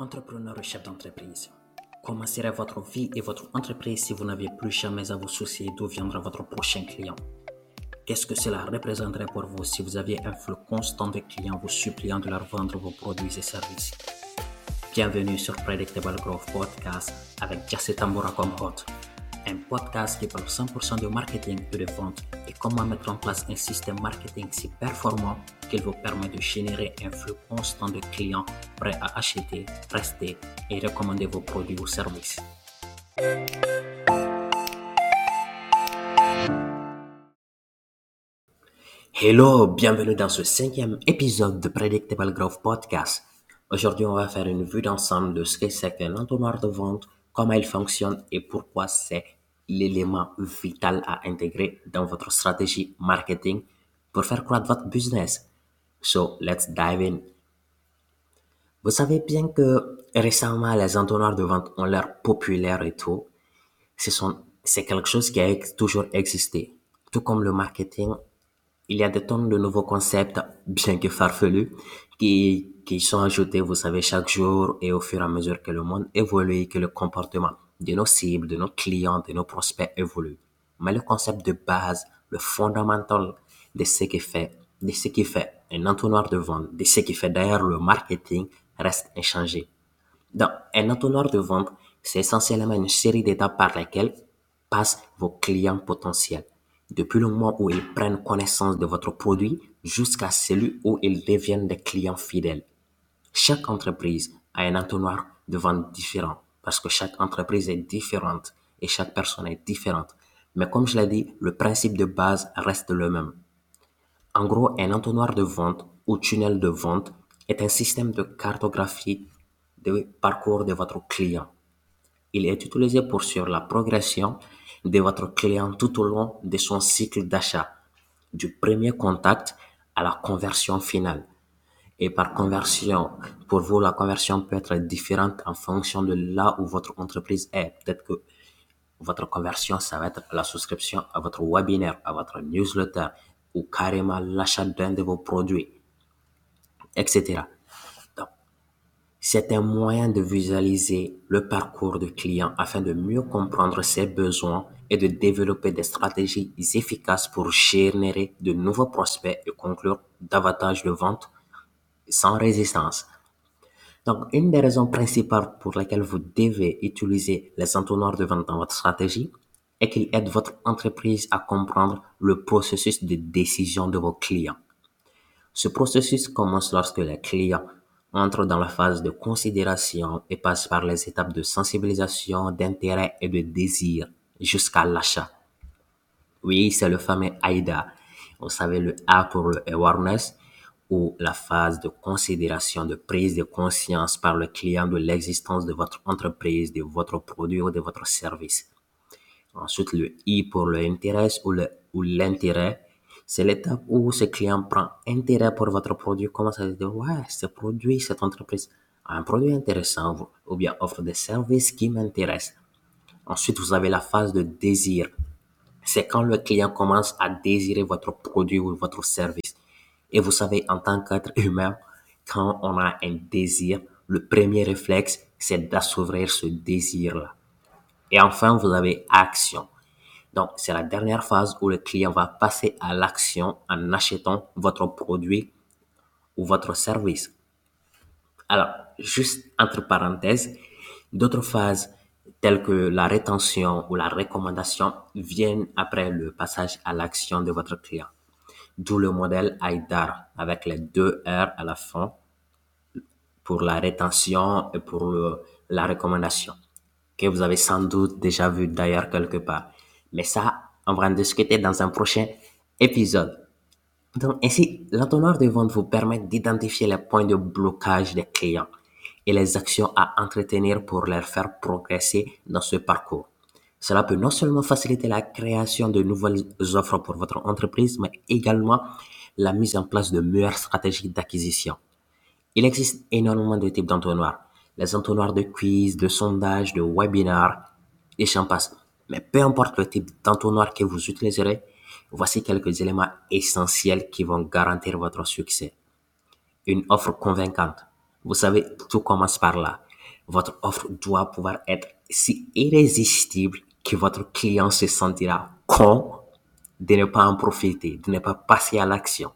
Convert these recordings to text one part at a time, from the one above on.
Entrepreneur et chef d'entreprise, comment serait votre vie et votre entreprise si vous n'aviez plus jamais à vous soucier d'où viendra votre prochain client? Qu'est-ce que cela représenterait pour vous si vous aviez un flux constant de clients vous suppliant de leur vendre vos produits et services? Bienvenue sur Predictable Growth Podcast avec Jesse Tamboura comme hôte. Un podcast qui parle 100% de marketing et de vente et comment mettre en place un système marketing si performant qu'il vous permet de générer un flux constant de clients prêts à acheter, rester et recommander vos produits ou services. Hello, bienvenue dans ce 5e épisode de Predictable Growth Podcast. Aujourd'hui, on va faire une vue d'ensemble de ce que c'est qu'un entonnoir de vente, comment il fonctionne et pourquoi c'est l'élément vital à intégrer dans votre stratégie marketing pour faire croître votre business. So, let's dive in. Vous savez bien que récemment, les entonnoirs de vente ont l'air populaires et tout. C'est quelque chose qui a toujours existé. Tout comme le marketing, il y a des tonnes de nouveaux concepts, bien que farfelus, qui sont ajoutés, vous savez, chaque jour et au fur et à mesure que le monde évolue, que le comportement de nos cibles, de nos clients, de nos prospects évolue. Mais le concept de base, le fondamental de ce qui fait un entonnoir de vente, de ce qui fait d'ailleurs le marketing, reste inchangé. Donc, un entonnoir de vente, c'est essentiellement une série d'étapes par lesquelles passent vos clients potentiels. Depuis le moment où ils prennent connaissance de votre produit jusqu'à celui où ils deviennent des clients fidèles. Chaque entreprise a un entonnoir de vente différent parce que chaque entreprise est différente et chaque personne est différente. Mais comme je l'ai dit, le principe de base reste le même. En gros, un entonnoir de vente ou tunnel de vente est un système de cartographie de parcours de votre client. Il est utilisé pour suivre la progression de votre client tout au long de son cycle d'achat, du premier contact à la conversion finale. Et par conversion, pour vous, la conversion peut être différente en fonction de là où votre entreprise est. Peut-être que votre conversion, ça va être la souscription à votre webinaire, à votre newsletter ou carrément l'achat d'un de vos produits, etc. Donc, c'est un moyen de visualiser le parcours du client afin de mieux comprendre ses besoins et de développer des stratégies efficaces pour générer de nouveaux prospects et conclure davantage de ventes sans résistance. Donc, une des raisons principales pour lesquelles vous devez utiliser les entonnoirs de vente dans votre stratégie est qu'ils aident votre entreprise à comprendre le processus de décision de vos clients. Ce processus commence lorsque les clients entrent dans la phase de considération et passent par les étapes de sensibilisation, d'intérêt et de désir jusqu'à l'achat. Oui, c'est le fameux AIDA. Vous savez, le A pour le awareness, ou la phase de considération, de prise de conscience par le client de l'existence de votre entreprise, de votre produit ou de votre service. Ensuite, le I pour le interest ou l'intérêt, c'est l'étape où ce client prend intérêt pour votre produit, commence à dire, ouais, ce produit, cette entreprise a un produit intéressant ou bien offre des services qui m'intéressent. Ensuite, vous avez la phase de désir. C'est quand le client commence à désirer votre produit ou votre service. Et vous savez, en tant qu'être humain, quand on a un désir, le premier réflexe, c'est d'assouvir ce désir-là. Et enfin, vous avez action. Donc, c'est la dernière phase où le client va passer à l'action en achetant votre produit ou votre service. Alors, juste entre parenthèses, d'autres phases telles que la rétention ou la recommandation viennent après le passage à l'action de votre client. D'où le modèle AIDAR avec les 2 R à la fin pour la rétention et pour la recommandation, que vous avez sans doute déjà vu d'ailleurs quelque part. Mais ça, on va en discuter dans un prochain épisode. Donc, ainsi, l'entonnoir de vente vous permet d'identifier les points de blocage des clients et les actions à entretenir pour les faire progresser dans ce parcours. Cela peut non seulement faciliter la création de nouvelles offres pour votre entreprise, mais également la mise en place de meilleures stratégies d'acquisition. Il existe énormément de types d'entonnoirs. Les entonnoirs de quiz, de sondage, de webinaires, et j'en passe. Mais peu importe le type d'entonnoir que vous utiliserez, voici quelques éléments essentiels qui vont garantir votre succès. Une offre convaincante. Vous savez, tout commence par là. Votre offre doit pouvoir être si irrésistible que votre client se sentira con de ne pas en profiter, de ne pas passer à l'action.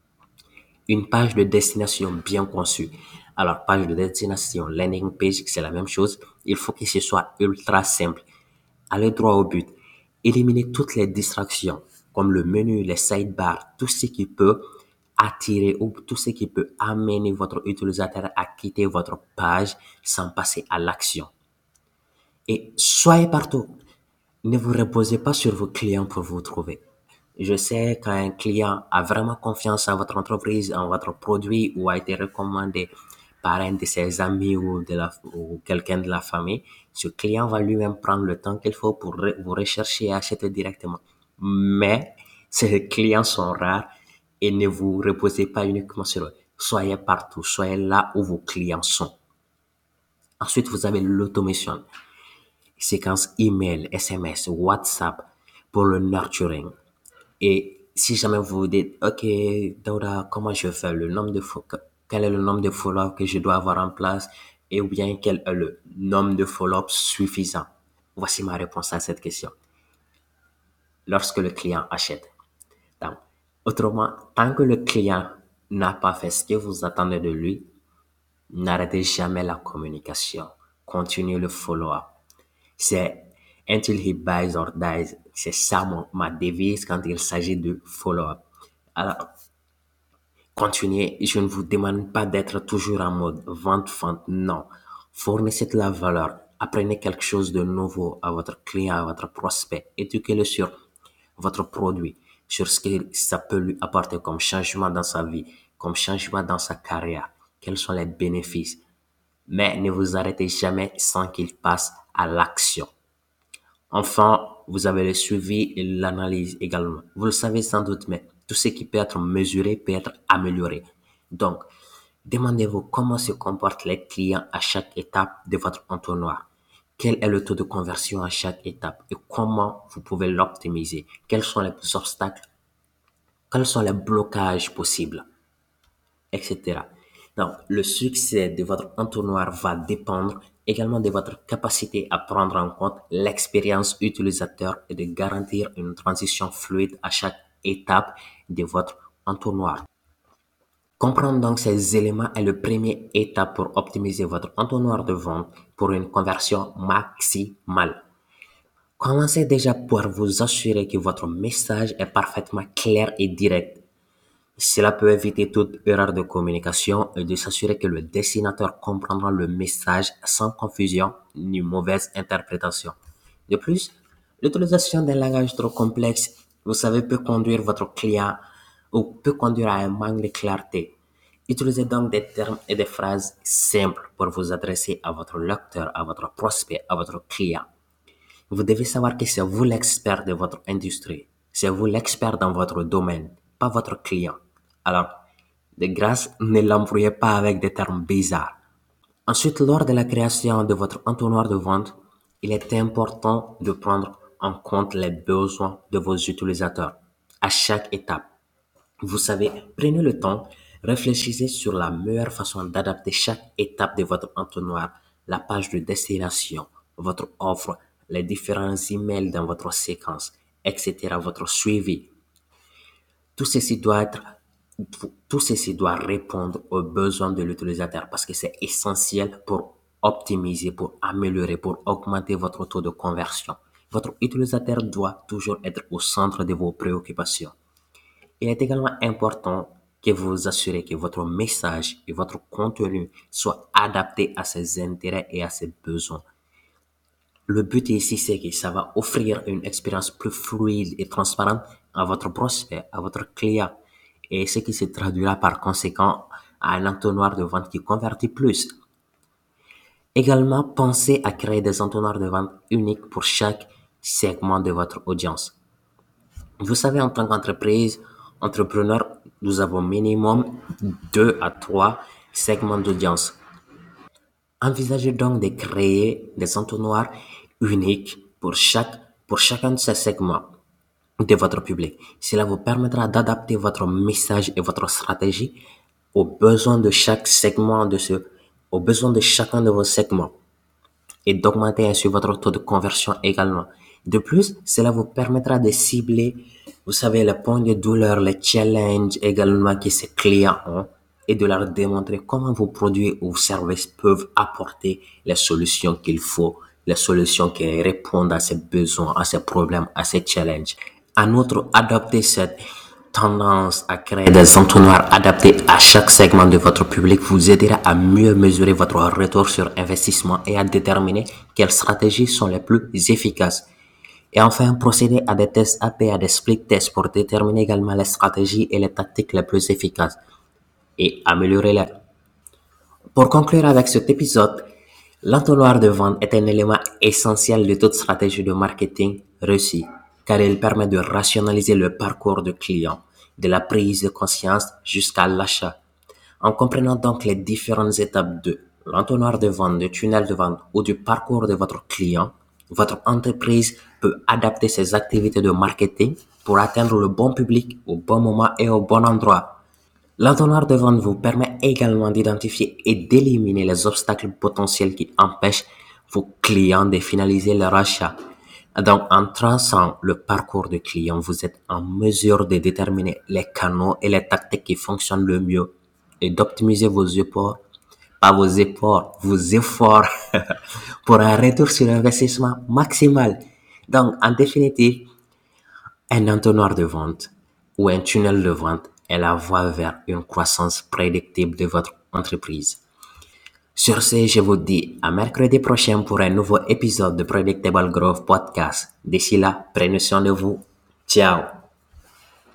Une page de destination bien conçue. Alors, page de destination, landing page, c'est la même chose. Il faut que ce soit ultra simple. Allez droit au but. Éliminez toutes les distractions, comme le menu, les sidebars, tout ce qui peut attirer ou tout ce qui peut amener votre utilisateur à quitter votre page sans passer à l'action. Et soyez partout. Ne vous reposez pas sur vos clients pour vous trouver. Je sais quand un client a vraiment confiance en votre entreprise, en votre produit ou a été recommandé par un de ses amis ou quelqu'un de la famille, ce client va lui-même prendre le temps qu'il faut pour vous rechercher et acheter directement. Mais ces clients sont rares et ne vous reposez pas uniquement sur eux. Soyez partout, soyez là où vos clients sont. Ensuite, vous avez l'automation, séquence email, SMS, WhatsApp pour le nurturing. Et si jamais vous vous dites, OK, Dauda, comment je fais quel est le nombre de follow-up que je dois avoir en place et ou bien quel est le nombre de follow-up suffisant? Voici ma réponse à cette question. Lorsque le client achète. Donc, autrement, tant que le client n'a pas fait ce que vous attendez de lui, n'arrêtez jamais la communication. Continuez le follow-up. C'est until he buys or dies. C'est ça ma devise quand il s'agit de follow-up. Alors, continuez. Je ne vous demande pas d'être toujours en mode vente. Non. Fournissez de la valeur. Apprenez quelque chose de nouveau à votre client, à votre prospect. Éduquez-le sur votre produit, sur ce que ça peut lui apporter comme changement dans sa vie, comme changement dans sa carrière. Quels sont les bénéfices? Mais ne vous arrêtez jamais sans qu'il passe à l'action. Enfin, vous avez le suivi et l'analyse également. Vous le savez sans doute, mais tout ce qui peut être mesuré peut être amélioré. Donc, demandez-vous comment se comportent les clients à chaque étape de votre entonnoir. Quel est le taux de conversion à chaque étape et comment vous pouvez l'optimiser? Quels sont les obstacles? Quels sont les blocages possibles? Etc. Donc, le succès de votre entonnoir va dépendre également de votre capacité à prendre en compte l'expérience utilisateur et de garantir une transition fluide à chaque étape de votre entonnoir. Comprendre donc ces éléments est le premier étape pour optimiser votre entonnoir de vente pour une conversion maximale. Commencez déjà par vous assurer que votre message est parfaitement clair et direct. Cela peut éviter toute erreur de communication et de s'assurer que le destinateur comprendra le message sans confusion ni mauvaise interprétation. De plus, l'utilisation d'un langage trop complexe, vous savez, peut conduire votre client ou peut conduire à un manque de clarté. Utilisez donc des termes et des phrases simples pour vous adresser à votre lecteur, à votre prospect, à votre client. Vous devez savoir que c'est vous l'expert de votre industrie. C'est vous l'expert dans votre domaine, pas votre client. Alors, de grâce, ne l'embrouillez pas avec des termes bizarres. Ensuite, lors de la création de votre entonnoir de vente, il est important de prendre en compte les besoins de vos utilisateurs à chaque étape. Vous savez, prenez le temps, réfléchissez sur la meilleure façon d'adapter chaque étape de votre entonnoir, la page de destination, votre offre, les différents emails dans votre séquence, etc., votre suivi. Tout ceci doit être, tout ceci doit répondre aux besoins de l'utilisateur parce que c'est essentiel pour optimiser, pour améliorer, pour augmenter votre taux de conversion. Votre utilisateur doit toujours être au centre de vos préoccupations. Il est également important que vous vous assurez que votre message et votre contenu soient adaptés à ses intérêts et à ses besoins. Le but ici, c'est que ça va offrir une expérience plus fluide et transparente à votre prospect, à votre client, et ce qui se traduira par conséquent à un entonnoir de vente qui convertit plus. Également, pensez à créer des entonnoirs de vente uniques pour chaque segment de votre audience. Vous savez, en tant qu'entreprise, entrepreneur, nous avons minimum 2 à 3 segments d'audience. Envisagez donc de créer des entonnoirs uniques pour chacun de ces segments de votre public. Cela vous permettra d'adapter votre message et votre stratégie aux besoins de chaque segment aux besoins de chacun de vos segments. et d'augmenter ainsi votre taux de conversion également. De plus, cela vous permettra de cibler, vous savez, les points de douleur, les challenges également que ces clients ont et de leur démontrer comment vos produits ou services peuvent apporter les solutions qu'il faut, les solutions qui répondent à ces besoins, à ces problèmes, à ces challenges. En outre, adopter cette tendance à créer des entonnoirs adaptés à chaque segment de votre public vous aidera à mieux mesurer votre retour sur investissement et à déterminer quelles stratégies sont les plus efficaces. Et enfin, procéder à des tests AP, à des split tests pour déterminer également les stratégies et les tactiques les plus efficaces et améliorer les. Pour conclure avec cet épisode, l'entonnoir de vente est un élément essentiel de toute stratégie de marketing réussie, car il permet de rationaliser le parcours du client, de la prise de conscience jusqu'à l'achat. En comprenant donc les différentes étapes de l'entonnoir de vente, du tunnel de vente ou du parcours de votre client, votre entreprise peut adapter ses activités de marketing pour atteindre le bon public au bon moment et au bon endroit. L'entonnoir de vente vous permet également d'identifier et d'éliminer les obstacles potentiels qui empêchent vos clients de finaliser leur achat. Donc, en traçant le parcours du client, vous êtes en mesure de déterminer les canaux et les tactiques qui fonctionnent le mieux et d'optimiser vos efforts, pas vos efforts pour un retour sur investissement maximal. Donc, en définitive, un entonnoir de vente ou un tunnel de vente est la voie vers une croissance prédictible de votre entreprise. Sur ce, je vous dis à mercredi prochain pour un nouveau épisode de Predictable Growth Podcast. D'ici là, prenez soin de vous. Ciao.